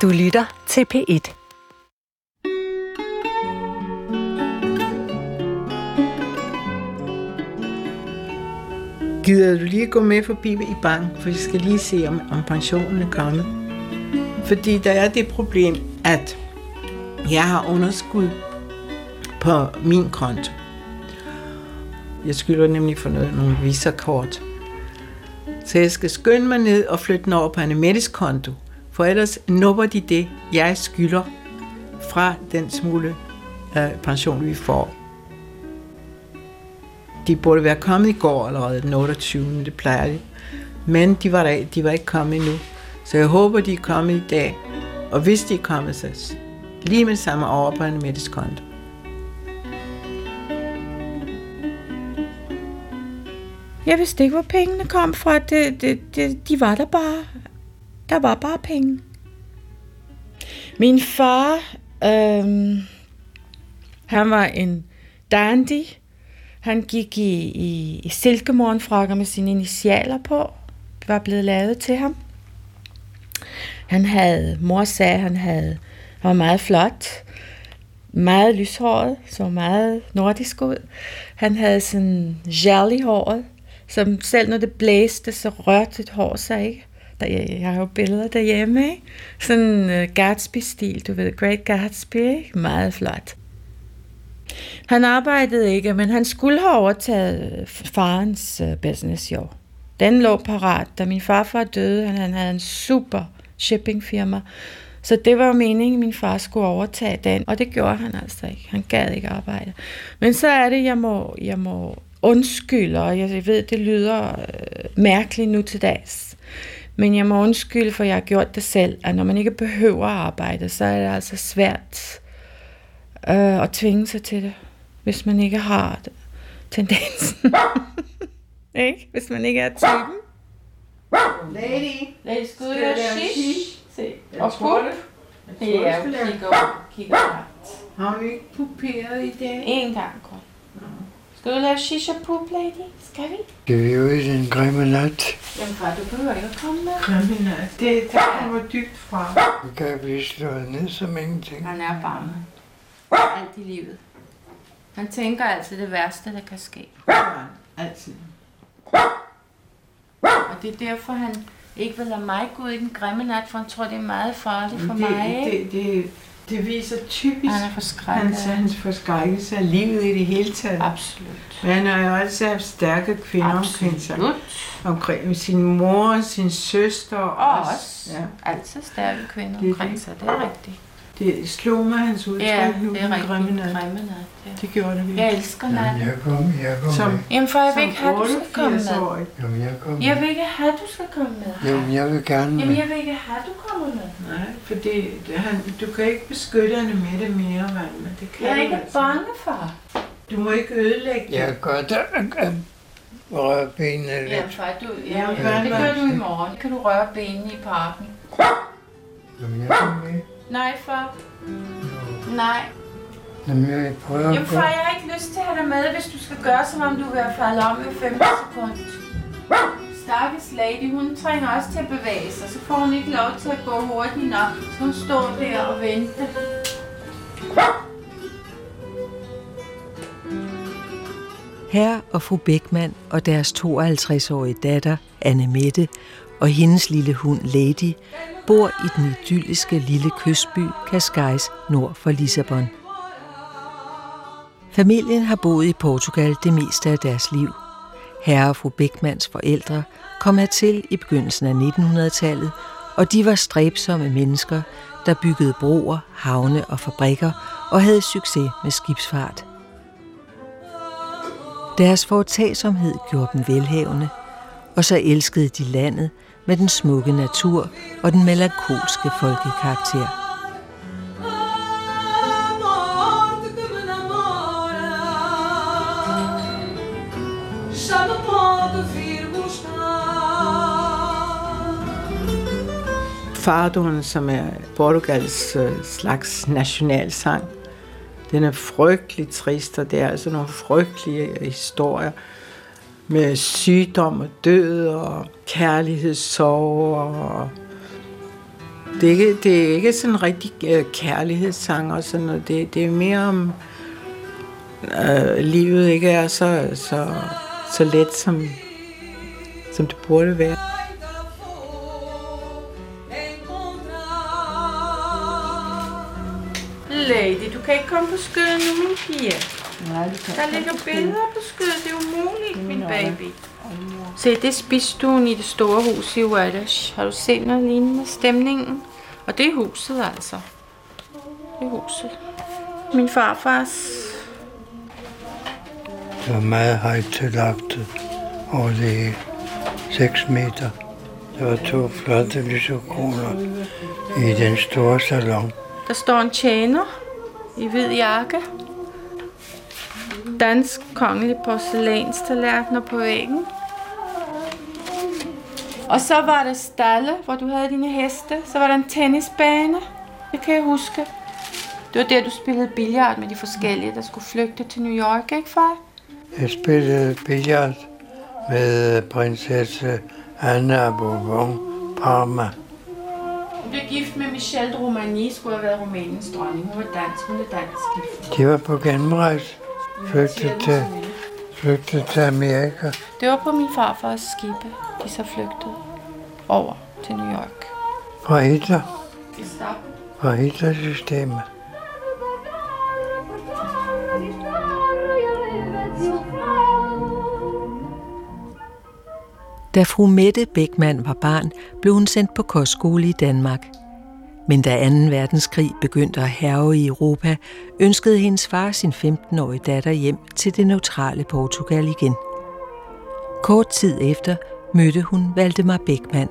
Du lytter til P1. Gider du lige gå med forbi i banken, for vi skal lige se, om pensionen er kommet. Fordi der er det problem, at jeg har underskud på min konto. Jeg skylder nemlig for nogle Visa-kort. Så jeg skal skynde mig ned og flytte den over på Annemettes konto, for ellers nupper de det, jeg skylder fra den smule pension, vi får. De burde være kommet i går allerede den 28. Det plejer de. Men de var ikke kommet endnu. Så jeg håber, de er kommet i dag. Og hvis de er kommet, så lige med samme over på Annemettes konto. Jeg vidste ikke, hvor pengene kom fra. De var der bare. Der var bare penge. Min far, han var en dandy. Han gik i silkemorgenfrakker med sine initialer på. Det var blevet lavet til ham. Mor sagde, han var meget flot. Meget lyshåret, så meget nordisk ud. Han havde sådan gel i håret, som selv når det blæste, så rørte sit hår sig ikke. Jeg har jo billeder derhjemme, ikke? Sådan Gatsby-stil, du ved, Great Gatsby, ikke? Meget flot. Han arbejdede ikke, men han skulle have overtaget farens business, jo. Den lå parat, da min farfar døde. Han havde en super shippingfirma. Så det var jo meningen, at min far skulle overtage den, og det gjorde han altså ikke. Han gad ikke arbejde. Men så er det, jeg må undskylde, og jeg ved, det lyder mærkeligt nu til dags. Men jeg må undskylde, for jeg har gjort det selv, at når man ikke behøver at arbejde, så er det altså svært at tvinge sig til det, hvis man ikke har tendensen. Ikke? Hvis man ikke er typen. Lady, skal du lave shish? Se. Og pup? Ja, kigger her. Har vi ikke puperet i dag? En gang kun. Skal du lave shish og pup, lady? Skal vi? Skal vi ud i den grimme nat? Jamen far, du behøver ikke at komme med. Grimme nat. Det kommer dybt fra. Vi kan blive slået ned som ingenting. Han er bange. Alt i livet. Han tænker altid det værste, der kan ske. Altid. Og det er derfor, han ikke vil lade mig gå ud i den grimme nat, for han tror, det er meget farligt for mig. Det viser typisk hans forskrækkelse af livet i det hele taget. Absolut. Men han har jo altid haft stærke kvinder omkring sig. Omkring sin mor og sin søster. Og os. Ja. Altid stærke kvinder omkring sig, det er rigtigt. Det slog mig hans udtryk nu, det er rigtigt. Grimme nat. Ja. Det gjorde det virkelig. Jeg elsker nat. Jamen, jeg kom med. Jamen, for jeg vil ikke have, du skal komme med. Jamen, jeg kom med. Jeg vil ikke have, du skal komme med. Jamen, jeg vil gerne med. Jamen, jeg vil ikke have, du kommer med. Nej, fordi du kan ikke beskytte hende med det mere, men det kan jeg er ikke altså. bange, far. Du må ikke ødelægge det. Jeg kan godt røre benene lidt. Ja, far, det gør du i morgen. Kan du røre benene i parken? Jamen, jeg kom med. Nej, far. Nej. Jamen, jeg prøver Jamen, far, jeg har ikke lyst til at have dig med, hvis du skal gøre, som om du er ved at falde om i 15 sekunder. Stakkels lady, hun trænger også til at bevæge sig, så får hun ikke lov til at gå hurtigt nok. Så hun står der og vente. Herre og fru Beckmann og deres 52-årige datter, Annemette, og hendes lille hund Lady, bor i den idylliske lille kystby Cascais nord for Lissabon. Familien har boet i Portugal det meste af deres liv. Herre og fru Beckmanns forældre kom hertil i begyndelsen af 1900-tallet, og de var stræbsomme mennesker, der byggede broer, havne og fabrikker og havde succes med skibsfart. Deres foretagsomhed gjorde dem velhavende, og så elskede de landet med den smukke natur og den melankolske folkekarakter. Fardoen, som er Portugals slags nationalsang, den er frygtelig trist, og det er altså nogle frygtelige historier med sygdom og død og kærlighedssorg og Det er ikke sådan en rigtig kærlighedssang og sådan noget. Det er mere om, livet ikke er så let, som det burde være. Lady, du kan ikke komme på skødet nu, min pige. Nej, det kan Der ligger billeder på skødet. Det er umuligt, min baby. Se, det er spisestuen i det store hus i Wadash. Har du set noget lignende? Stemningen? Og det er huset, altså. Det er huset. Min farfars. Det var meget højt tillagt over det 6 meter. Der var 2 flotte lysekroner i den store salon. Der står en tjener i hvid jakke. Dansk kongelig porcelænstallerkener på væggen. Og så var der stalle, hvor du havde dine heste. Så var der en tennisbane. Det kan jeg huske. Det var der, du spillede billard med de forskellige, der skulle flygte til New York, ikke far? Jeg spillede billard med prinsesse Anna af Bourbon Parma. Hun blev gift med Michel de Romagny, skulle have været Rumæniens dronning. Hun var dansk, hun er dansk gift. De var på gennemrejse. Flygtede til Amerika. Det var på min farfars skibe, de så flygtede over til New York. Fra Hitler-systemet. Da fru Mette Beckmann var barn, blev hun sendt på kostskole i Danmark. Men da 2. verdenskrig begyndte at hærge i Europa, ønskede hendes far sin 15-årige datter hjem til det neutrale Portugal igen. Kort tid efter mødte hun Valdemar Beckmann.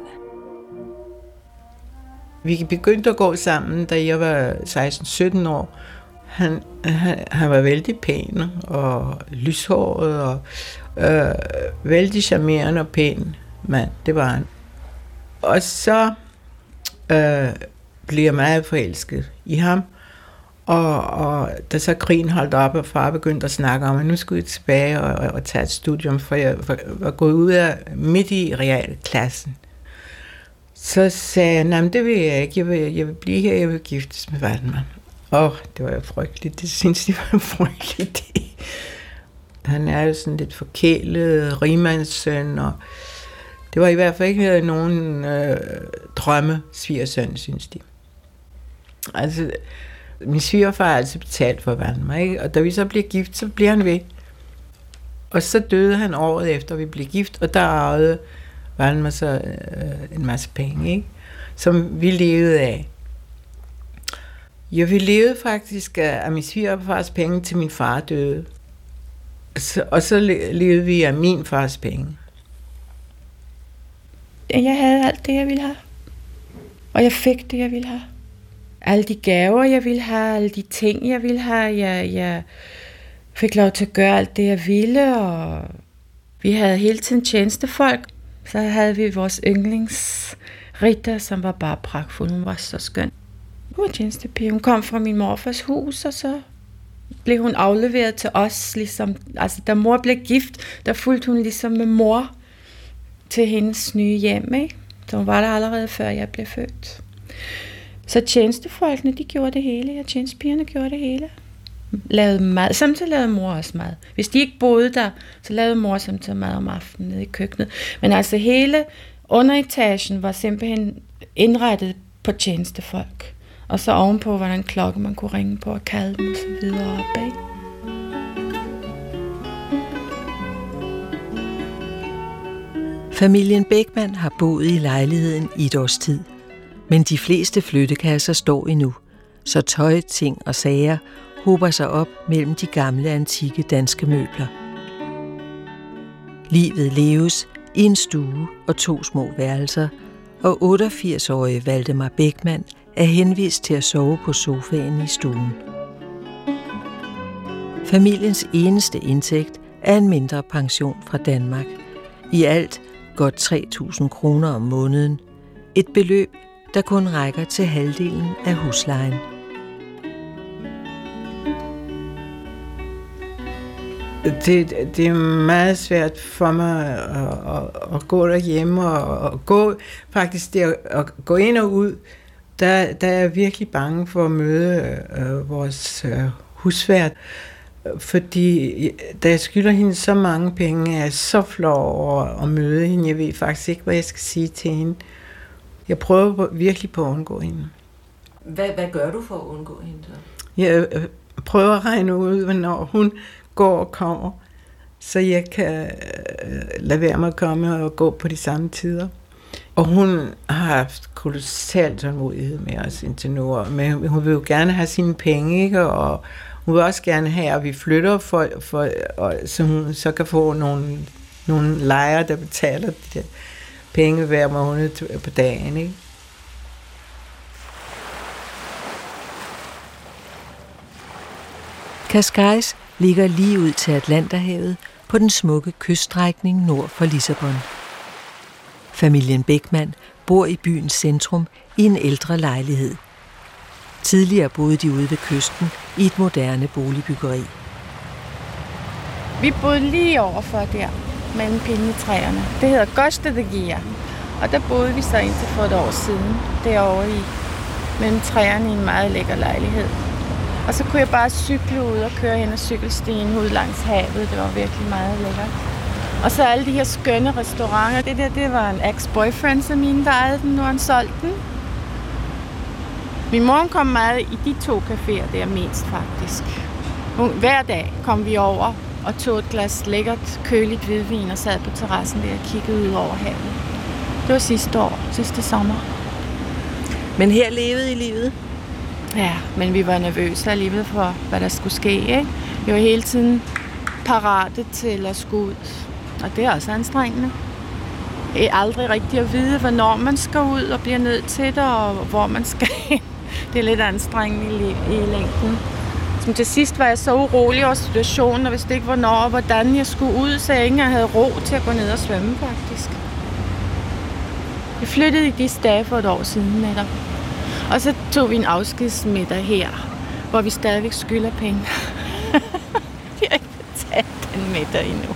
Vi begyndte at gå sammen, da jeg var 16-17 år. Han var vældig pæn og lyshåret og vældig charmerende og pæn mand. Det var han. Og så blev jeg meget forelsket i ham. Og da så krigen holdt op, og far begyndte at snakke om, at nu skulle jeg tilbage og tage et studium, for jeg var gået ud af midt i realklassen. Så sagde jeg, nej, det vil jeg ikke. Jeg vil blive her, jeg vil giftes med Valdemar. Det var jo frygteligt. Det synes jeg var frygteligt. Han er jo sådan lidt forkælet, rigmandssøn, og det var i hvert fald ikke nogen drømme svigersøn, synes de. Altså, min svigerfar har altid betalt for Valdemar, ikke? Og da vi så blev gift, så blev han væk. Og så døde han året efter, vi blev gift, og der arvede Valdemar så en masse penge, ikke? Som vi levede af. Ja, vi levede faktisk af min svigerfars penge, til min far døde. Og så levede vi af min fars penge. Jeg havde alt det, jeg ville have. Og jeg fik det, jeg ville have. Alle de gaver, jeg ville have, alle de ting, jeg ville have. Jeg fik lov til at gøre alt det, jeg ville, og vi havde hele tiden tjenestefolk. Så havde vi vores yndlingsritter, som var bare pragtfuld. Hun var så skøn. Hun var tjenestepige. Hun kom fra min morfars hus, og så blev hun afleveret til os. Ligesom, altså, da mor blev gift, der fulgte hun ligesom med mor til hendes nye hjem. Ikke? Så hun var der allerede før jeg blev født. Så tjenestefolkene, de gjorde det hele, og tjenestepigerne gjorde det hele. Lavede mad. Samtidig lavede mor også mad. Hvis de ikke boede der, så lavede mor samtidig mad om aftenen nede i køkkenet. Men altså hele underetagen var simpelthen indrettet på tjenestefolk. Og så ovenpå var der en klokke, man kunne ringe på og kalde dem og så videre op, ikke? Familien Beckmann har boet i lejligheden i et års tid. Men de fleste flyttekasser står endnu, så tøj, ting og sager hober sig op mellem de gamle, antikke danske møbler. Livet leves i en stue og 2 små værelser, og 88-årige Valdemar Beckmann er henvist til at sove på sofaen i stuen. Familiens eneste indtægt er en mindre pension fra Danmark. I alt godt 3.000 kroner om måneden. Et beløb, der kun rækker til halvdelen af huslejen. Det er meget svært for mig at gå derhjemme og gå faktisk det at gå ind og ud. der er jeg virkelig bange for at møde vores husvært, fordi da jeg skylder hende så mange penge, er jeg så flov over at møde hende. Jeg ved faktisk ikke, hvad jeg skal sige til hende. Jeg prøver virkelig på at undgå hende. Hvad gør du for at undgå hende så? Jeg prøver at regne ud, hvornår hun går og kommer, så jeg kan lade være med at komme og gå på de samme tider. Og hun har haft kolossalt tålmodighed med os indtil nu, men hun vil jo gerne have sine penge, ikke? Og hun vil også gerne have, at vi flytter, så hun så kan få nogle lejere, der betaler de der penge hver måned på dagen, ikke? Cascais ligger lige ud til Atlanterhavet på den smukke kyststrækning nord for Lissabon. Familien Beckmann bor i byens centrum i en ældre lejlighed. Tidligere boede de ude ved kysten i et moderne boligbyggeri. Vi boede lige overfor der, mellem pinjetræerne. Det hedder Costa de Guia. Og der boede vi så indtil for et år siden, derovre i mellem træerne i en meget lækker lejlighed. Og så kunne jeg bare cykle ud og køre hen ad cykelstien ud langs havet. Det var virkelig meget lækkert. Og så alle de her skønne restauranter. Det var en ex-boyfriend af mine, der ejede den. Nu har han solgt den. Min mor kom meget i de 2 caféer der mest faktisk. Hver dag kom vi over og tog et glas lækkert, køligt hvidvin og sad på terrassen der og kiggede ud over havet. Det var sidste sommer. Men her levede I livet? Ja, men vi var nervøse alligevel for, hvad der skulle ske, ikke? Vi var hele tiden parate til at skulle ud. Og det er også anstrengende. Det er aldrig rigtigt at vide, hvornår man skal ud og bliver nødt til det, og hvor man skal hen. Det er lidt anstrengende i længden. Som til sidst var jeg så urolig over situationen, og vidste ikke, hvornår og hvordan jeg skulle ud, så jeg ikke engang havde ro til at gå ned og svømme, faktisk. Vi flyttede i disse dage for et år siden netop. Og så tog vi en afskedsmiddag her, hvor vi stadigvæk skylder penge. Vi har ikke betalt den middag endnu.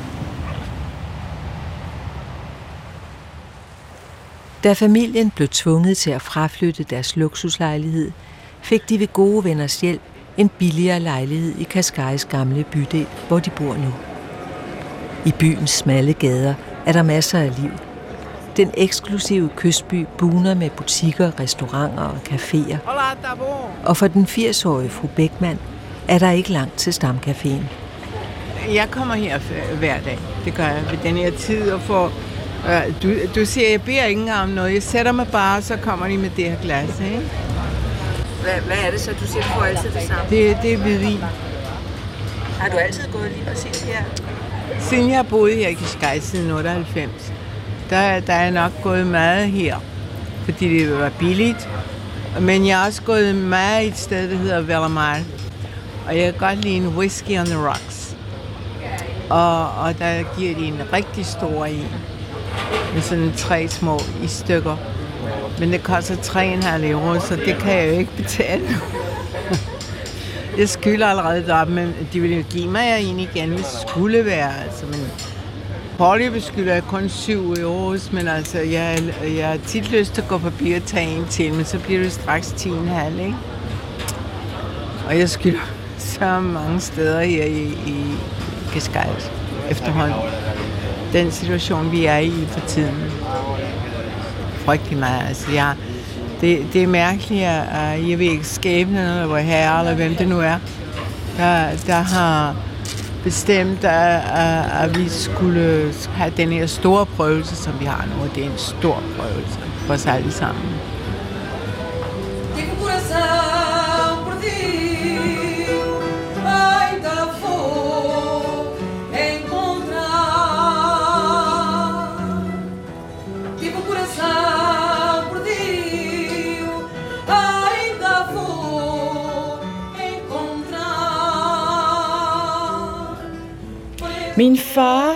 Da familien blev tvunget til at fraflytte deres luksuslejlighed, fik de ved gode venners hjælp en billigere lejlighed i Cascais gamle bydel, hvor de bor nu. I byens smalle gader er der masser af liv. Den eksklusive kystby bugner med butikker, restauranter og caféer. Og for den 80-årige fru Beckmann er der ikke langt til stamcaféen. Jeg kommer her hver dag. Det gør jeg ved den her tid og får... Du siger, jeg beder ikke engang om noget. Jeg sætter mig bare, så kommer de med det her glas, ikke? Hvad er det så? Du siger, du får altid det samme? Det er hvidvin. Har du altid gået lige præcis her? Siden jeg har boet her i Cascais siden 98, der er jeg nok gået meget her, fordi det var billigt. Men jeg har også gået meget i et sted, der hedder Vellamar. Og jeg kan godt lide en whisky on the rocks. Og der giver de en rigtig stor en. Med sådan 3 små i stykker. Men det koster 3,5 euro, så det kan jeg jo ikke betale nu. Jeg skylder allerede deroppe, men de vil jo give mig en igen, hvis det skulle være. Altså, men foreløbig skylder jeg kun 7 euro, men altså, jeg har tit lyst til at gå forbi og tage en til, men så bliver det straks 10,5, ikke? Og jeg skylder så mange steder her i Cascais efterhånden. Den situation, vi er i for tiden. Frygtelig meget. Altså, det er mærkeligt, at jeg ved ikke, skæbnen eller vor herre, eller hvem det nu er, der har bestemt, at vi skulle have den her store prøvelse, som vi har nu, og det er en stor prøvelse for os alle sammen. Min far,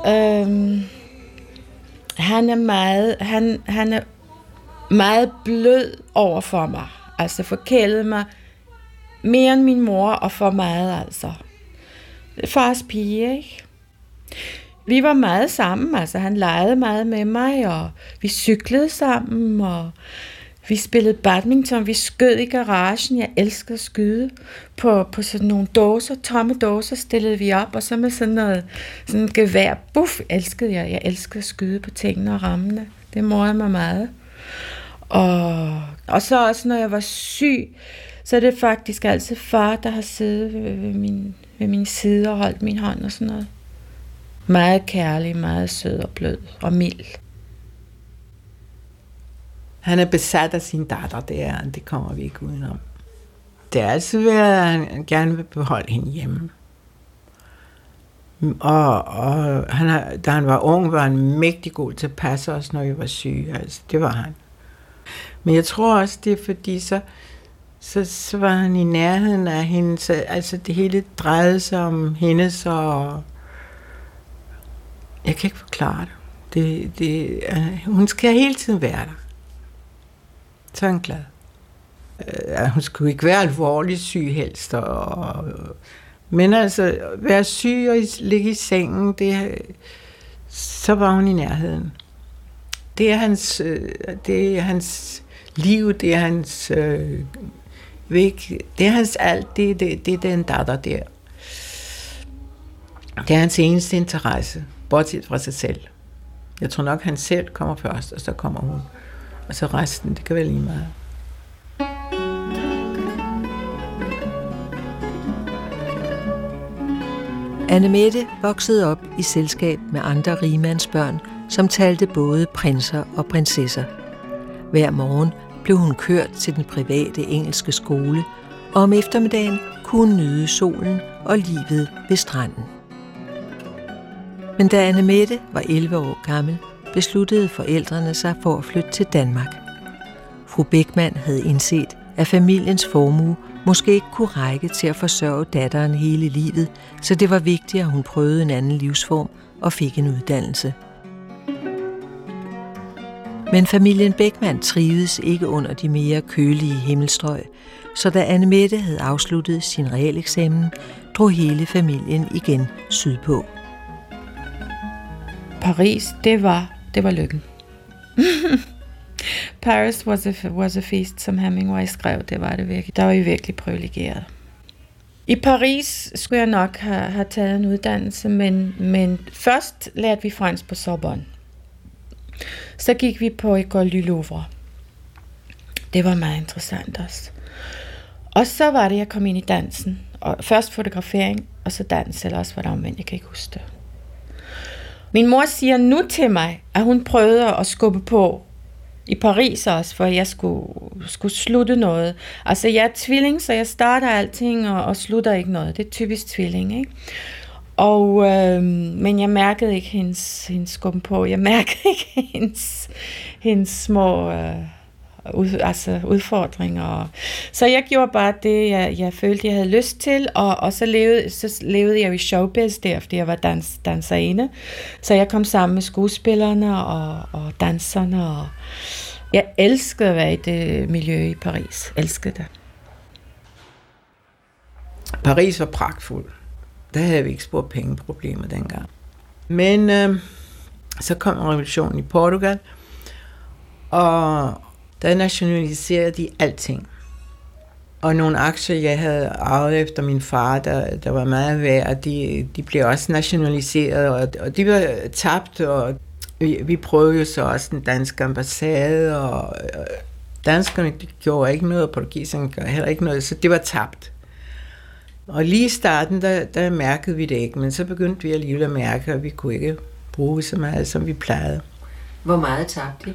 han er meget blød over for mig. Altså forkælede mig mere end min mor, og for meget altså. Fars pige, ikke? Vi var meget sammen, altså han legede meget med mig, og vi cyklede sammen, og Vi spillede badminton, vi skød i garagen. Jeg elskede at skyde på sådan nogle dåser, tomme dåser stillede vi op, og så med sådan en gevær. Buff, elskede jeg. Jeg elskede at skyde på tingene og rammene. Det morede mig meget. Og så også, når jeg var syg, så er det faktisk altid far, der har siddet ved min side og holdt min hånd og sådan noget. Meget kærlig, meget sød og blød og mild. Han er besat af sin datter, det kommer vi ikke udenom. Det er altid været, at han gerne vil beholde hende hjemme. Og da han var ung, var han mægtig god til at passe os, når vi var syge. Altså, det var han. Men jeg tror også, det er fordi, så var han i nærheden af hende. Så, altså det hele drejede sig om hende, så jeg kan ikke forklare det. Hun skal hele tiden være der. Så er han glad. Hun skulle ikke være alvorligt syg helst. Men altså, være syg og ligge i sengen, så var hun i nærheden. Det er hans liv, det er hans væg, det er hans alt, det er den datter der. Det er hans eneste interesse, bortset fra sig selv. Jeg tror nok, han selv kommer først, og så kommer hun. Og så resten, det kan være lige meget. Annemette voksede op i selskab med andre rigmandsbørn, som talte både prinser og prinsesser. Hver morgen blev hun kørt til den private engelske skole, og om eftermiddagen kunne hun nyde solen og livet ved stranden. Men da Annemette var 11 år gammel, besluttede forældrene sig for at flytte til Danmark. Fru Beckmann havde indset, at familiens formue måske ikke kunne række til at forsørge datteren hele livet, så det var vigtigt, at hun prøvede en anden livsform og fik en uddannelse. Men familien Beckmann trivedes ikke under de mere kølige himmelstrøg, så da Annemette havde afsluttet sin realeksamen, drog hele familien igen sydpå. Paris, det var lykken. Paris was a feast, som Hemingway skrev, det var det virkelig. Der var vi virkelig privilegeret. I Paris skulle jeg nok have taget en uddannelse, men først lærte vi fransk på Sorbonne. Så gik vi på École du Louvre. Det var meget interessant også. Og så var det, jeg kom ind i dansen. Og først fotografering, og så dans, eller også var der omvendt, jeg kan ikke huske det. Min mor siger nu til mig, at hun prøvede at skubbe på i Paris også, for jeg skulle slutte noget. Altså, jeg er tvilling, så jeg starter alting og slutter ikke noget. Det er typisk tvilling, ikke? Men jeg mærkede ikke hendes skubben på. Jeg mærkede ikke hendes små udfordringer. Så jeg gjorde bare det, jeg følte, jeg havde lyst til, og så levede jeg i showbiz der, fordi jeg var danserinde. Så jeg kom sammen med skuespillerne og danserne, og jeg elskede at være i det miljø i Paris. Elskede det. Paris var pragtfuld. Der havde vi ikke spurgt pengeproblemer dengang. Men så kom revolutionen i Portugal, og der nationaliserede de alting. Og nogle aktier, jeg havde arvet efter min far, der var meget værd, de blev også nationaliseret, og de var tabt, og vi prøvede jo så også den danske ambassade, og danskerne gjorde ikke noget, og portugiserne gjorde heller ikke noget, så det var tabt. Og lige i starten, der mærkede vi det ikke, men så begyndte vi alligevel at mærke, at vi kunne ikke bruge så meget, som vi plejede. Hvor meget tabte I?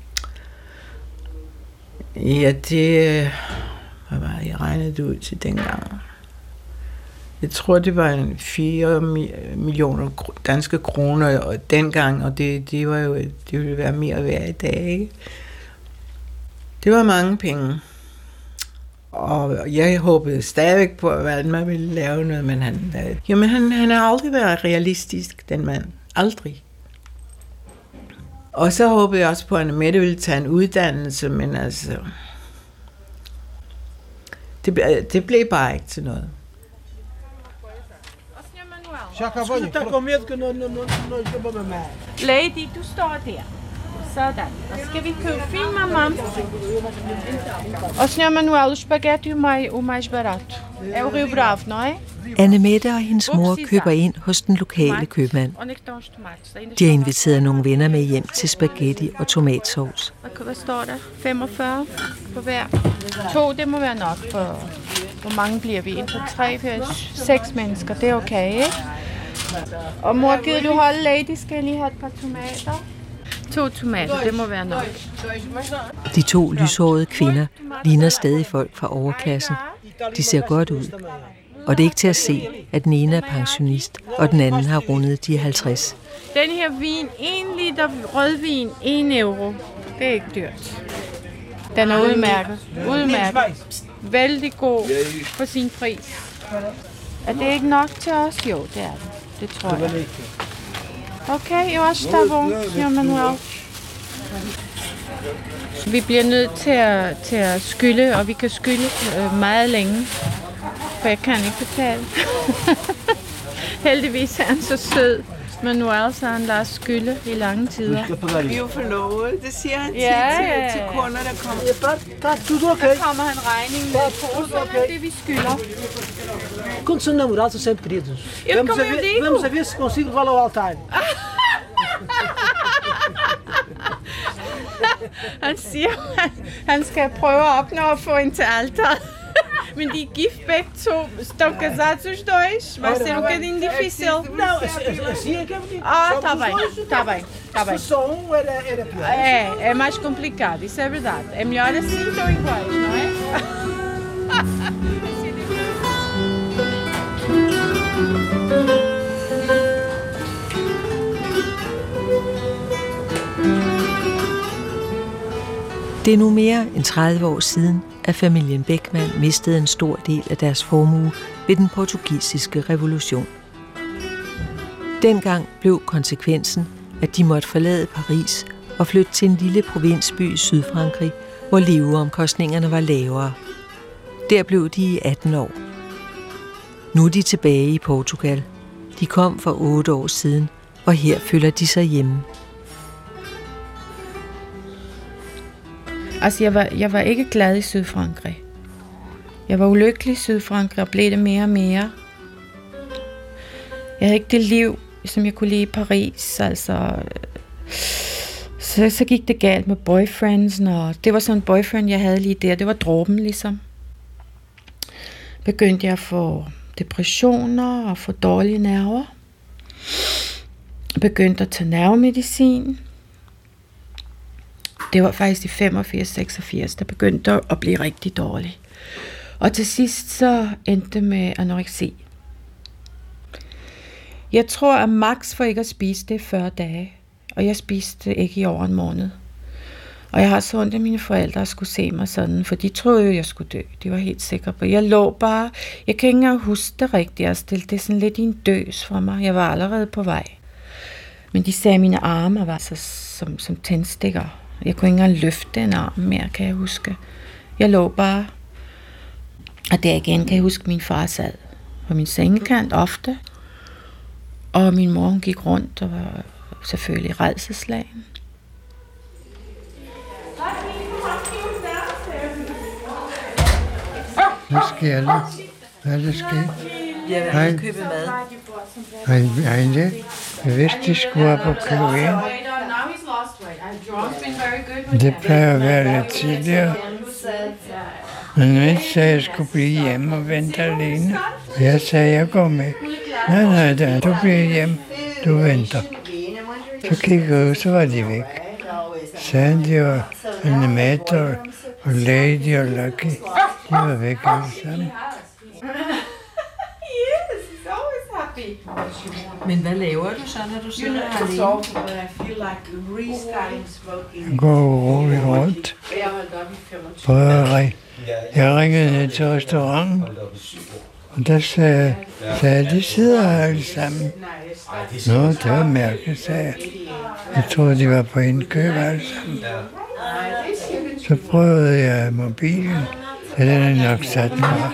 Ja, det var jeg regnede ud til dengang. Jeg tror, det var 4 millioner danske kroner og dengang, og det var jo, det ville være mere værd i dag, ikke? Det var mange penge. Og jeg håbede stadigvæk på, at man ville lave noget, men han har aldrig været realistisk, den mand. Aldrig. Og så håbede jeg også på, at Annemette ville tage en uddannelse, men altså, det blev bare ikke til noget. Lady, du står der. Sådan. Og så skal vi købe film, mamma. O senhor Manuel, o spaghetti o mais barato. É o Rio Bravo, não é? Anne-Mette og hendes mor køber ind hos den lokale købmand. De har inviteret nogle venner med hjem til spaghetti og tomatsovs. Hvad står der? 45 på hver. 2, det må være nok for... Hvor mange bliver vi? 1, 2, 3, 4, 6 mennesker. Det er okay, ikke? Og mor, gider du holde lady? Skal jeg lige have et par tomater? 2 tomater, det må være nok. De 2 lyshårede kvinder ligner stadig folk fra overklassen. De ser godt ud. Og det er ikke til at se, at den ene er pensionist, og den anden har rundet de 50. Den her vin, 1 liter rødvin, 1 euro. Det er ikke dyrt. Den er udmærket. Udmærket. Vældig god for sin pris. Er det ikke nok til os? Jo, det er det. Det tror jeg. Okay, eu acho que tá bom, senhor Manuel. Vi bliver nødt til at skylde, og vi kan skylde meget længe. For jeg kan ikke betale. Heldigvis er han så sød. Manuel, så han lader skylde i lange tider. Vi er jo forlovet, det siger han til kunder, der kommer. Så kommer han regningen med posen af det, vi skylder. Quando são namorados são sempre queridos. Vamos a ver se consigo levar ao altar. Han siger, at han skal prøve at opnå at få en til alteret. Men de er gift begge to. Estão casados os dois. Vai ser bocadinho difícil. Não, assim é que é bonito. Tá bem. Se só era pior. É mais complicado, isso é verdade. É melhor assim tão iguais, não é? Det er nu mere end 30 år siden, at familien Beckmann mistede en stor del af deres formue ved den portugisiske revolution. Dengang blev konsekvensen, at de måtte forlade Paris og flytte til en lille provinsby i Sydfrankrig, hvor leveomkostningerne var lavere. Der blev de i 18 år. Nu er de tilbage i Portugal. De kom for 8 år siden, og her føler de sig hjemme. Altså, jeg var ikke glad i Sydfrankrig. Jeg var ulykkelig i Sydfrankrig og blev det mere og mere. Jeg havde ikke det liv, som jeg kunne lide i Paris. Altså, så gik det galt med boyfriendsen, og det var sådan en boyfriend, jeg havde lige der. Det var dråben ligesom. Begyndte jeg at få depressioner og få dårlige nerver. Begyndte at tage nervemedicin. Det var faktisk i 85-86, der begyndte at blive rigtig dårlig. Og til sidst så endte det med anoreksi. Jeg tror, at max for ikke at spise det 40 dage. Og jeg spiste ikke i over en måned. Og jeg har så ondt af mine forældre at skulle se mig sådan, for de troede jo, jeg skulle dø. De var helt sikre på. Jeg lå bare, jeg kan ikke engang huske det rigtigt. Jeg stillede det sådan lidt i en døs for mig. Jeg var allerede på vej. Men de sagde, at mine arme var så som tændstikker. Jeg kunne ikke engang løfte en arm mere, kan jeg huske. Jeg lå bare. Og der igen kan jeg huske, at min far sad på min sengekant ofte. Og min mor, hun gik rundt og var selvfølgelig rædselsslagen. Hvad sker der? Hvad er der sket? Jeg vil ikke købe mad. Nej, det. Jeg vidste, de skulle op og købe ind. Det plejer at være lidt tidligere. Men jeg sagde, at jeg skulle blive hjemme og vente alene. Jeg sagde, at jeg går med. Nej, du bliver hjemme. Du venter. Så kiggede jeg ud, så var de væk. Sandy og Anne-Mette og Lady og Lucky, de var væk alle sammen. Men hvad laver du så, når du sidder alene? Jeg går roligt rundt. Jeg ringede ned til restauranten, og der sagde de sidder her alle sammen. Nå, det var mærkeligt, sagde jeg. Jeg troede, de var på indkøb alle sammen. Så prøvede jeg mobilen, så den er nok sat mig.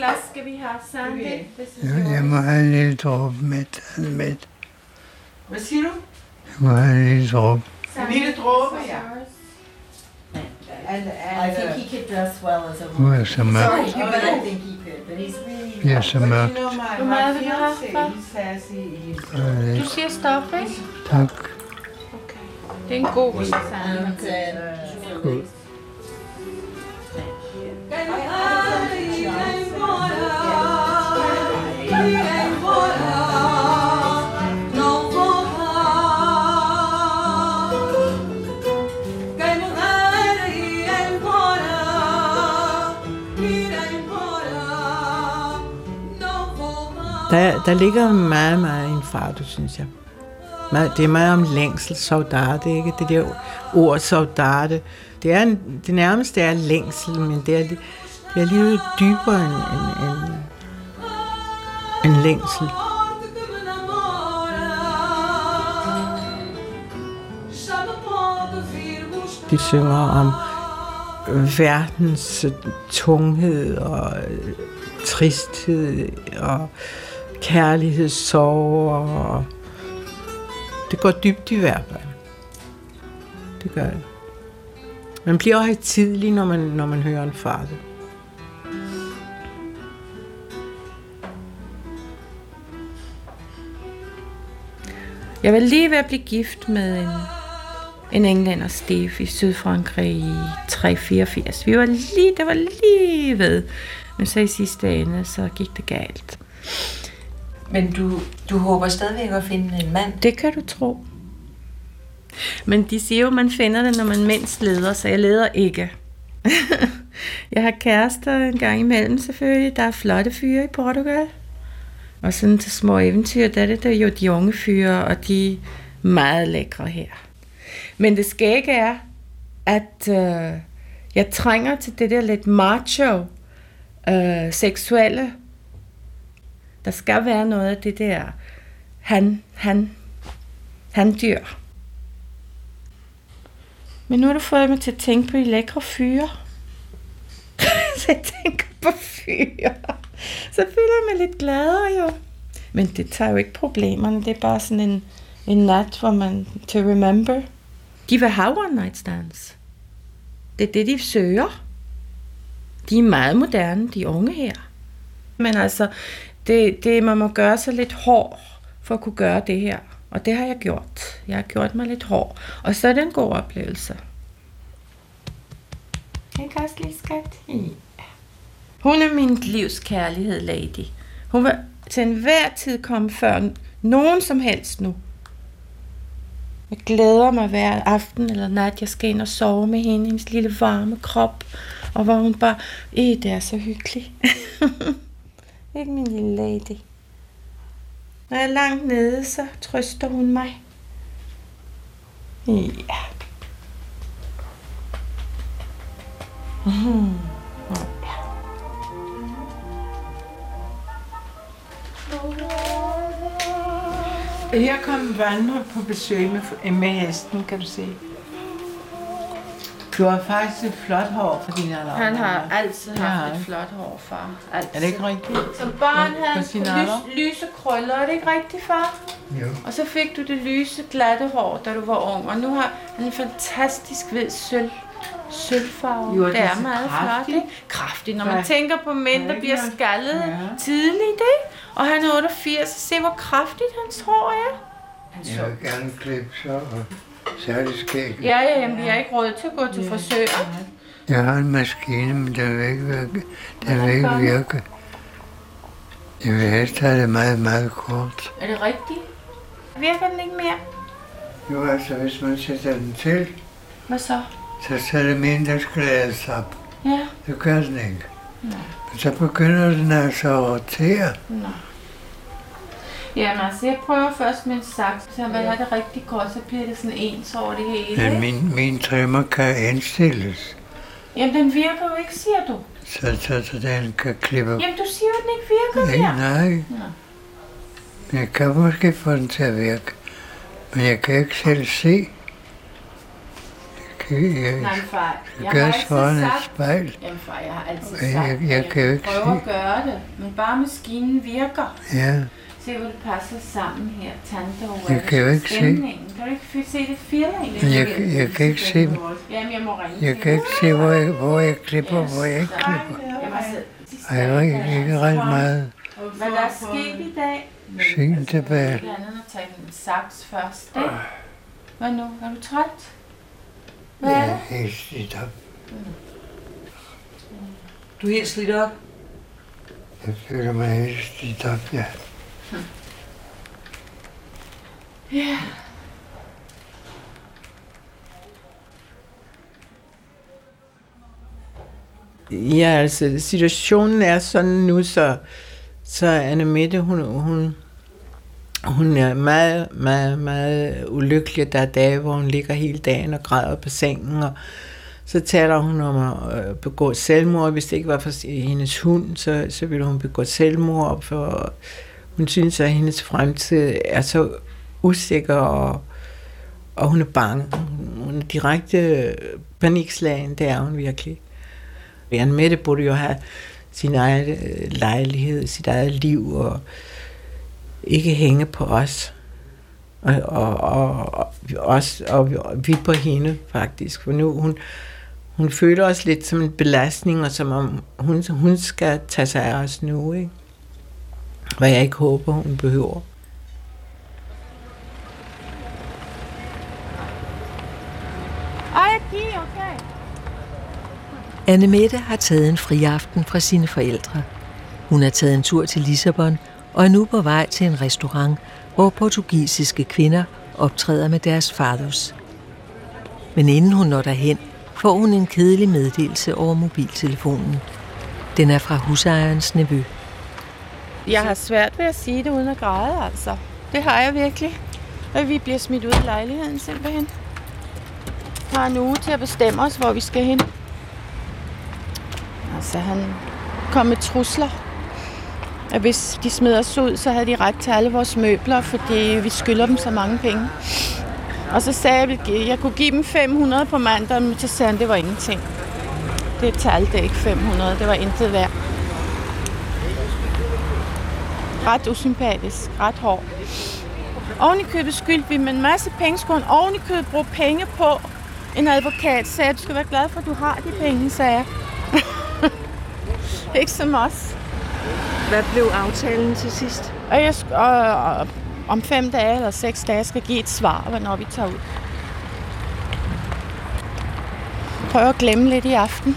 Jeg må have en lille dråbe med. Hvad siger du? Jeg må have en lille dråbe. En lille dråbe, ja. I think he could dress well as a woman. Nu er så mørkt. Sorry, but I think he could, but he's really... Det er så mørkt. Hvor meget vil du have for? Du siger stop, ikke? Tak. Okay. Det er en god vin, Sandra. God. Der ligger meget, meget i en fado, synes jeg. Det er meget om længsel, saudade, ikke? Det der ord saudade. Det nærmeste er længsel, men det er alligevel dybere end længsel. De synger om verdens tunghed og tristhed og kærlighedssorg, og det går dybt i hvert fald. Det gør det. Man bliver også højtidelig, når man hører en fado. Jeg var lige ved at blive gift med en englænder, Steve, i Sydfrankrig i 384. Det var lige ved. Men så i sidste ende, så gik det galt. Men du håber stadigvæk at finde en mand? Det kan du tro. Men de siger jo, at man finder det, når man mindst leder, så jeg leder ikke. Jeg har kærester en gang imellem selvfølgelig. Der er flotte fyre i Portugal. Og sådan til små eventyr, der er det jo de unge fyre, og de er meget lækre her. Men det skægge er, at jeg trænger til det der lidt macho, seksuelle. Der skal være noget af det der han dyr. Men nu har du fået mig til at tænke på de lækre fyre. Så jeg tænker på fyre. Så føler jeg mig lidt gladere jo. Men det tager jo ikke problemerne. Det er bare sådan en nat, hvor man to remember. De vil have one night stands. Det er det, de søger. De er meget moderne, de unge her. Men altså, man må gøre sig lidt hård for at kunne gøre det her. Og det har jeg gjort. Jeg har gjort mig lidt hård. Og så er det en god oplevelse. Ikke også lige, skat? Ja. Hun er min livskærlighed, lady. Hun vil til enhver tid komme før nogen som helst nu. Jeg glæder mig hver aften eller nat, jeg skal ind og sove med hende, hendes lille varme krop. Og hvor hun bare, det er så hyggeligt. Ikke min lille lady. Når jeg er langt nede, så trøster hun mig. Ja. Her kom Vandre på besøg med hesten, kan du se. Du har faktisk et flot hår for dine alder. Han har altid haft et flot hår, far. Altid. Er det ikke rigtigt? Som barn havde han lyse krøller, er det ikke rigtigt, far? Jo. Og så fik du det lyse, glatte hår, da du var ung. Og nu har han en fantastisk hvid sølvfarve. Jo, det er meget flot, ikke? Kraftigt. Når man tænker på mænd, der bliver skaldet tidligt, ikke? Og han er 88, så se hvor kraftigt hans hår er. Jeg vil gerne klippe så, så er det skægt. Ja, vi har ikke råd til at gå til frisør. Jeg har en maskine, men den vil ikke virke. Jeg vil helst have det meget, meget kort. Er det rigtigt? Virker den ikke mere? Jo, altså hvis man sætter den til, hvad så? Så er det mindre, der skal lades op. Ja. Det gør den ikke. Nej. Men så begynder den altså at rotere. Nej. Jamen altså, jeg prøver først med en saks, så hvad er det rigtig godt, så bliver det sådan ens over det hele. Men min trimmer kan indstilles. Jamen den virker jo ikke, siger du. Så den kan klippe. Jamen du siger jo, den ikke virker mere. Nej. Men jeg kan måske få den til at virke. Men jeg kan ikke selv se. Nej, far. Jeg har altid sagt... spejl. Jamen far, jeg har altid sagt, jeg kan jo ikke prøver at gøre det, men bare maskinen virker. Ja. Se, hvor det passer sammen her. Tante og Jeg kan jo ikke se. Kan du ikke se det feeling? Jeg kan ikke se. Jamen, jeg må ringe. Jeg kan ikke se, hvor jeg klipper, hvor jeg ikke klipper. Jeg er ikke ret meget. Hvad der er sket i dag? Syn tilbage. Jeg er nødt til at tage en saks først, ikke? Hvad nu? Er du træt? Hvad er det? Jeg er helt slidt op. Du er helt slidt op? Jeg føler mig helt slidt op, ja. Ja. Ja, altså situationen er sådan nu, så Anne-Mette, hun er meget, meget, meget ulykkelig. Der er dage, hvor hun ligger hele dagen og græder på sengen, og så taler hun om at begå selvmord. Hvis det ikke var for hendes hund, så ville hun begå selvmord, for hun synes, at hendes fremtid er så usikker, og hun er bange. Hun er direkte panikslagen, det er hun virkelig. Anne-Mette burde jo have sin egen lejlighed, sit eget liv, og ikke hænge på os. Og vi på hende, faktisk. For nu, hun føler os lidt som en belastning, og som om hun skal tage sig af os nu, ikke? Hvad jeg ikke håber, hun behøver. Okay. Anne-Mette har taget en friaften fra sine forældre. Hun har taget en tur til Lissabon og er nu på vej til en restaurant, hvor portugisiske kvinder optræder med deres fados. Men inden hun når derhen, får hun en kedelig meddelelse over mobiltelefonen. Den er fra husejerens nevø. Jeg har svært ved at sige det uden at græde, altså. Det har jeg virkelig. Og vi bliver smidt ud af lejligheden simpelthen. Vi har en uge til at bestemme os, hvor vi skal hen. Altså, han kom med trusler. At hvis de smed os ud, så havde de ret til alle vores møbler, fordi vi skylder dem så mange penge. Og så sagde jeg, at jeg kunne give dem 500 på mandag, men så sagde han, at det var ingenting. Det talte ikke 500, det var intet værd. Ret usympatisk, ret hård. Oven i købet skyldte vi med en masse penge, skulle han oven i købet bruge penge på. En advokat sagde, at du skal være glad for, at du har de penge, sagde jeg. Ikke som os. Hvad blev aftalen til sidst? Og jeg om 5 dage eller 6 dage skal give et svar, hvornår vi tager ud. Prøv at glemme lidt i aften.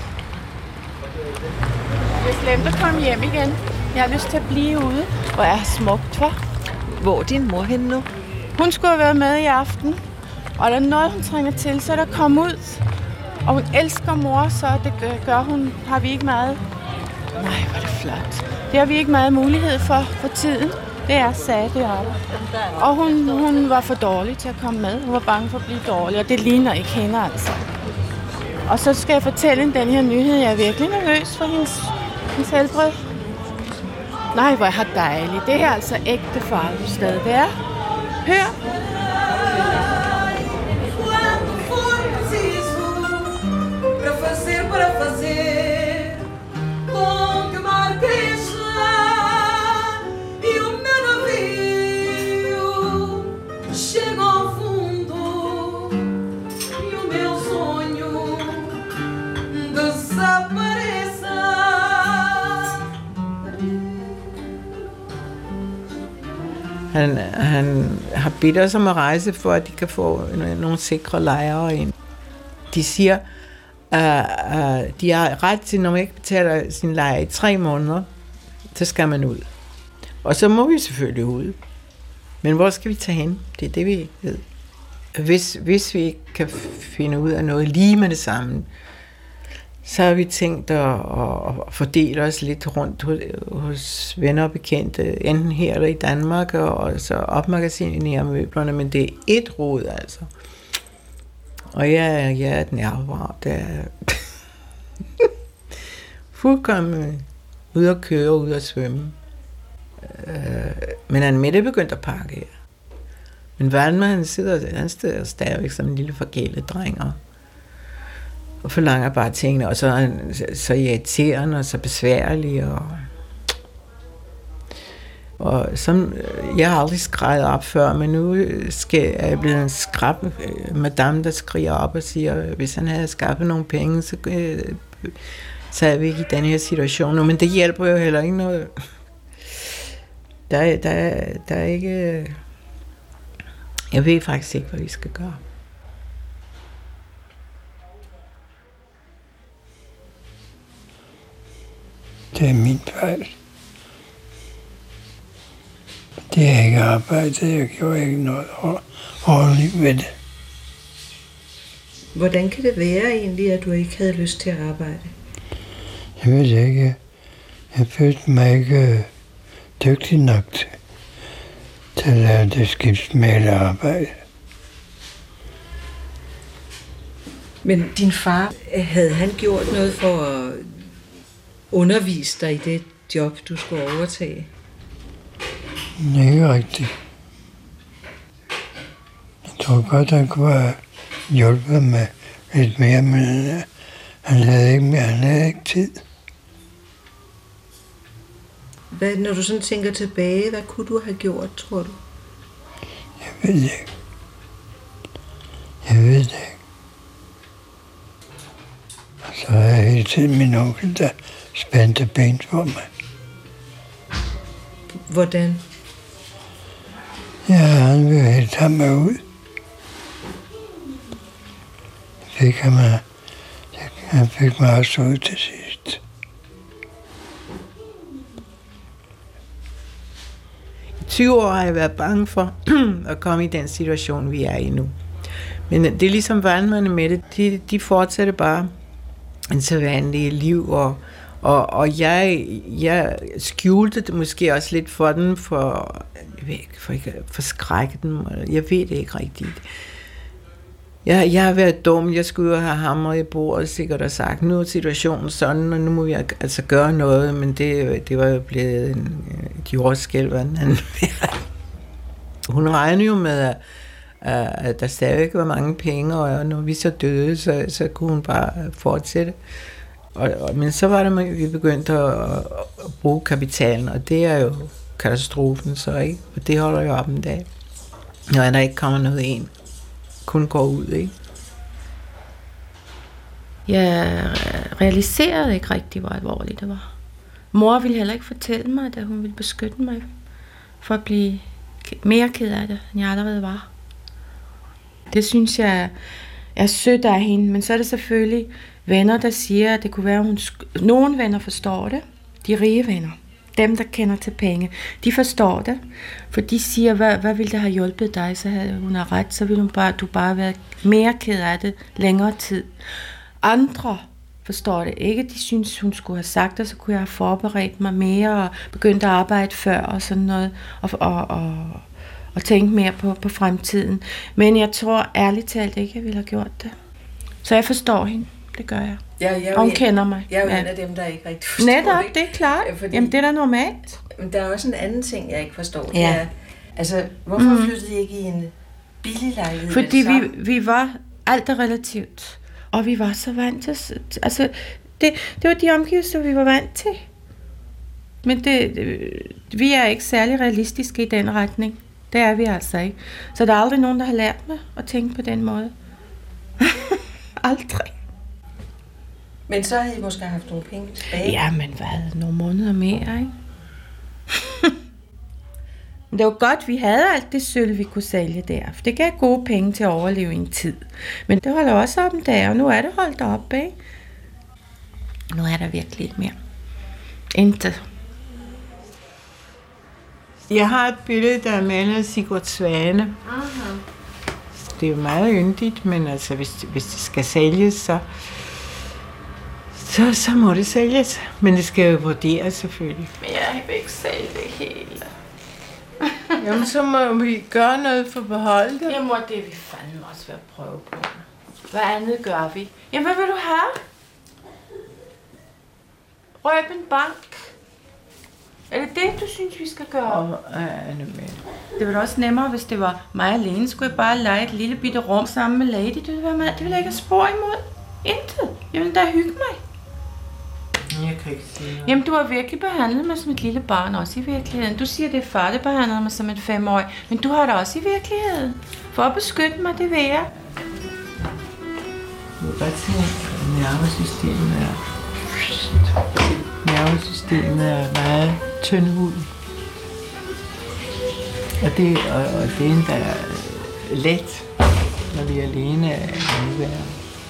Jeg glemte at komme hjem igen. Jeg har lyst til at blive ude, hvor jeg er smukt for. Hvor er din mor henne nu? Hun skulle have været med i aften, og der er noget, hun trænger til, så der kom ud. Og hun elsker mor, så det gør hun. Har vi ikke meget... Nej, hvor er det flot. Det har vi ikke meget mulighed for tiden. Det er sad deroppe. Og hun var for dårlig til at komme med. Hun var bange for at blive dårlig, og det ligner ikke hende altså. Og så skal jeg fortælle den her nyhed. Jeg er virkelig nervøs for hendes helbred. Nej, hvor er det dejligt. Det her er altså ægte farvested. Det er. Hør. Han har bedt os om at rejse, for at de kan få nogle sikre lejre ind. De siger, at de har ret til, når man ikke betaler sin leje i 3 måneder, så skal man ud. Og så må vi selvfølgelig ud. Men hvor skal vi tage hen? Det er det, vi ikke ved. Hvis vi ikke kan finde ud af noget lige med det samme, så har vi tænkt at fordele os lidt rundt hos venner og bekendte, enten her eller i Danmark, og så opmagasinere møblerne, men det er et rod, altså. Og jeg er et nervevrag, det er fuldkommen ud at køre, ud at svømme. Men Anne-Mette er begyndt at pakke her. Men Valmer, han sidder stadigvæk som en lille forkælet dreng og forlanger bare tingene, og så er han så irriterende og så besværlig. Og som, jeg har aldrig skrevet op før, men nu er jeg blevet en skrab madame, der skriger op og siger, hvis han havde skaffet nogle penge, så er vi ikke i den her situation nu. Men det hjælper jo heller ikke noget. Der er ikke... Jeg ved faktisk ikke, hvad vi skal gøre. Det er min fejl. Det er ikke arbejdet, jeg gjorde ikke noget ordentligt ved det. Hvordan kan det være egentlig, at du ikke havde lyst til at arbejde? Jeg ved ikke. Jeg følte mig ikke dygtig nok til at lave det skibsmalerarbejde. Men din far, havde han gjort noget for at undervise dig i det job, du skulle overtage? Ikke rigtigt. Jeg tror godt, han kunne have hjulpet mig lidt mere, men han havde ikke tid. Når du sådan tænker tilbage, hvad kunne du have gjort, tror du? Jeg ved det ikke. Og så er jeg hele tiden min onkel, der spændte ben for mig. Hvordan? Ja, han ville helt tage mig ud. Han fik mig også ud til sidst. I 20 år har jeg været bange for at komme i den situation, vi er i nu. Men det er ligesom vandmændene med det. De fortsætter bare en sædvanlige liv, og jeg skjulte det måske også lidt for dem, for ikke at forskrække dem. Jeg ved det ikke rigtigt. Jeg har været dum. Jeg skulle jo have hamret i bordet sikkert og sagt, nu er situationen sådan, og nu må vi altså gøre noget, men det var jo blevet et jordskælv af den anden. Hun regnede jo med, at der stadig var mange penge, og når vi så døde, så kunne hun bare fortsætte. Men så var det, at vi begyndte at bruge kapitalen, og det er jo katastrofen så, ikke? Og det holder jo op en dag, når der ikke kommer noget ind. Kun går ud, ikke? Jeg realiserede ikke rigtig, hvor alvorligt det var. Mor ville heller ikke fortælle mig, at hun ville beskytte mig for at blive mere ked af det, end jeg allerede var. Det synes jeg er sødt af hende, men så er det selvfølgelig venner, der siger, at det kunne være, at nogle venner forstår det. De rige venner. Dem, der kender til penge, de forstår det, for de siger, hvad ville det have hjulpet dig, så havde hun ret, så ville du bare være mere ked af det længere tid. Andre forstår det ikke, de synes, hun skulle have sagt det, så kunne jeg have forberedt mig mere og begyndt at arbejde før og sådan noget, og tænke mere på fremtiden. Men jeg tror ærligt talt ikke, jeg ville have gjort det. Så jeg forstår hende, det gør jeg. Ja, hun kender mig. Jeg er jo en af dem, der ikke rigtig forstår Netop, det er klart. Fordi, jamen, det er da normalt. Men der er også en anden ting, jeg ikke forstår. Ja. Det er, altså, hvorfor flyttede I ikke i en billig lejlighed? Fordi vi var alt er relativt. Og vi var så vant til... Altså, det var de omgivelser, vi var vant til. Men vi er ikke særlig realistiske i den retning. Det er vi altså ikke. Så der er aldrig nogen, der har lært mig at tænke på den måde. Aldrig. Men så havde I måske haft nogle penge tilbage. Ja, men hvad? Nogle måneder mere, ikke? Men det var godt, vi havde alt det sølv, vi kunne sælge der. For det gav gode penge til at overleve i en tid. Men det holder også op en dag, og nu er det holdt op, ikke? Nu er der virkelig ikke mere. Intet. Jeg har et billede, der er malet af Sigurd Svane. Aha. Det er jo meget yndigt, men altså, hvis det skal sælges, så må det sælges. Men det skal jo vurderes selvfølgelig. Men jeg vil ikke sælge det hele. Jamen, så må vi gøre noget for at beholde det. Jamen, det vil fandme også være prøve på. Hvad andet gør vi? Jamen, hvad vil du have? Røben Bank. Er det det, du synes, vi skal gøre? Det var da også nemmere, hvis det var mig alene. Skulle jeg bare lege et lille bitte rum sammen med Lady. Det ville jeg ikke have spor imod. Intet. Jeg ville da hygge mig. Jeg kan ikke sige noget. Jamen, du har virkelig behandlet mig som et lille barn, også i virkeligheden. Du siger, det er far, der behandler mig som et 5-årig, men du har det også i virkeligheden. For at beskytte mig, det vil jeg. Jeg vil godt sige, at nervesystemet er meget tyndhud. Og det er endda let, når vi er alene af nuværende.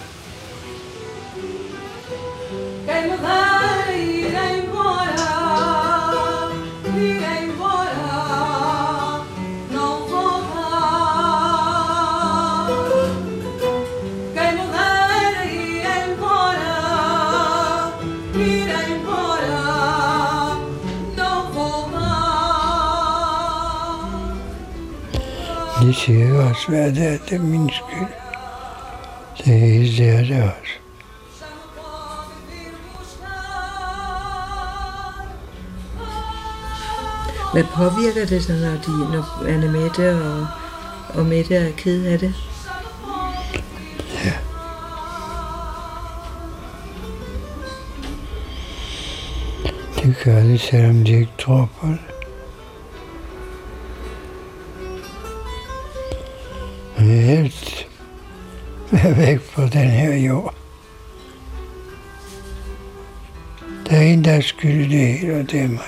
De siger jo også hver dag, det er min skyld. Det er det også. Hvad påvirker det så, når Anne-Mette og Mette er ked af det? Ja. Det gør det, selvom de ikke tror på det. Jeg vil helst være væk på den her jord. Der er en, der er skyld i det hele, og det er mig.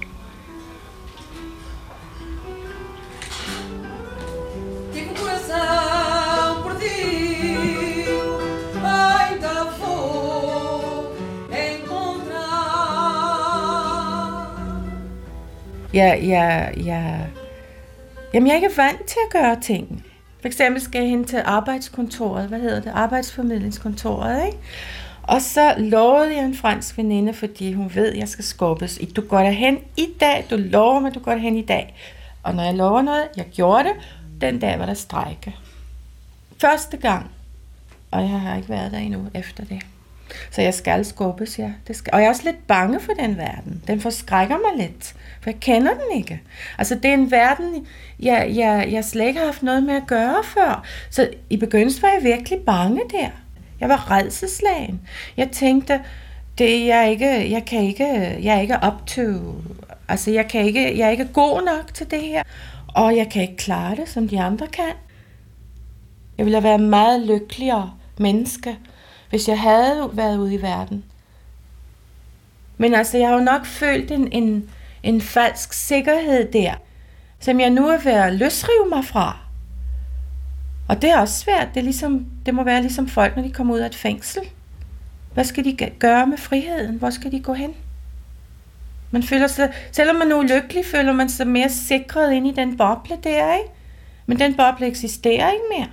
Jamen, jeg er ikke vant til at gøre ting. For eksempel skal jeg hen til arbejdskontoret, arbejdsformidlingskontoret, ikke? Og så lovede jeg en fransk veninde, fordi hun ved, at jeg skal skubbes. Du går derhen i dag, du lover mig, du går derhen i dag. Og når jeg lover noget, jeg gjorde det, den dag var der strejke. Første gang. Og jeg har ikke været der endnu efter det. Så jeg skal skubbes, ja. Og jeg er også lidt bange for den verden. Den forskrækker mig lidt, for jeg kender den ikke. Altså, det er en verden, jeg slet ikke har haft noget med at gøre før. Så i begyndelsen var jeg virkelig bange der. Jeg var rædselsslagen. Jeg tænkte, jeg er ikke up to. Altså, jeg er ikke god nok til det her. Og jeg kan ikke klare det, som de andre kan. Jeg ville have været meget lykkeligere menneske, hvis jeg havde været ude i verden. Men altså, jeg har jo nok følt en falsk sikkerhed der, som jeg nu er ved at løsrive mig fra. Og det er også svært. Det må være ligesom folk, når de kommer ud af et fængsel. Hvad skal de gøre med friheden? Hvor skal de gå hen? Man føler sig, selvom man er ulykkelig, føler man sig mere sikret ind i den boble der, ikke? Men den boble eksisterer ikke mere.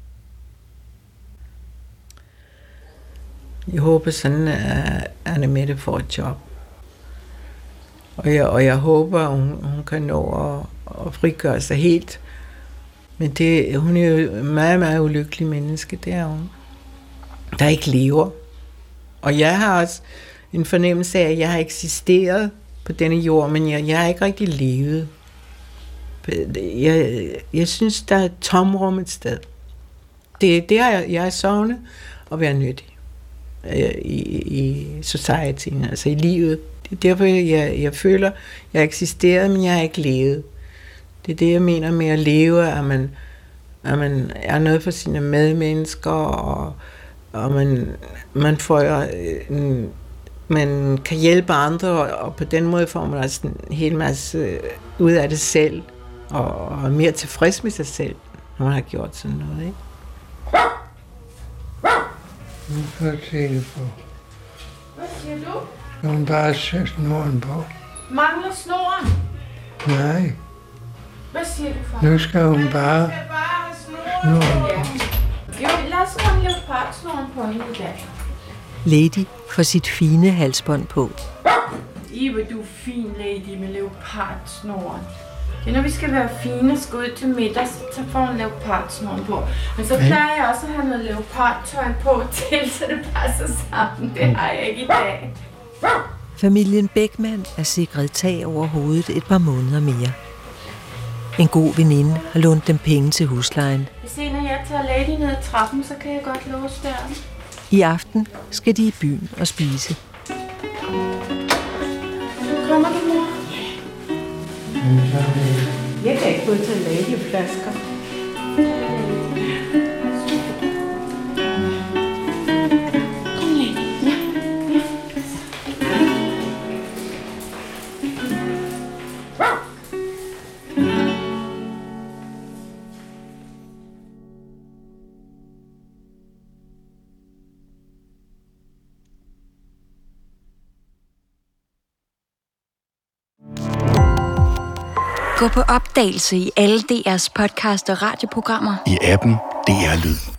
Jeg håber sådan, at Anne-Mette får et job. Og jeg håber, hun kan nå at frigøre sig helt. Men hun er jo en meget, meget ulykkelig menneske, det er hun. Der ikke lever. Og jeg har også en fornemmelse af, at jeg har eksisteret på denne jord, men jeg har ikke rigtig levet. Jeg synes, der er et tomrum et sted. Det har jeg har savnet at være nyttig i societyen, altså i livet. Det er derfor, jeg føler, jeg har eksisteret, men jeg har ikke levet. Det er det, jeg mener med at leve, at man er noget for sine medmennesker, og man får man kan hjælpe andre, og på den måde får man også en hel masse ud af det selv, og er mere tilfreds med sig selv, når man har gjort sådan noget, ikke? Nu får jeg se det på. Hvad siger du? Skal hun bare sætte snoren på? Mangler snoren? Nej. Hvad siger du, far? Nu skal hun bare snoren på. Jo, lad os komme leopardsnoren på hende i dag. Lady får sit fine halsbånd på. Hvor du er fin, Lady, med leopardsnoren. Det er, når vi skal være fine og skal ud til middag, så får hun leopardsnoren på. Men så plejer jeg også at have noget leopardtøj på til, så det passer sammen. Det har jeg ikke i dag. Familien Beckmann er sikret tag over hovedet et par måneder mere. En god veninde har lånt dem penge til huslejen. Hvis når jeg tager Lady ned ad trappen, så kan jeg godt låse døren. I aften skal de i byen og spise. Kommer du, mor? Jeg kan ikke gå til at lade de flasker. Gå på opdagelse i alle DR's podcast og radioprogrammer. I appen DR Lyd.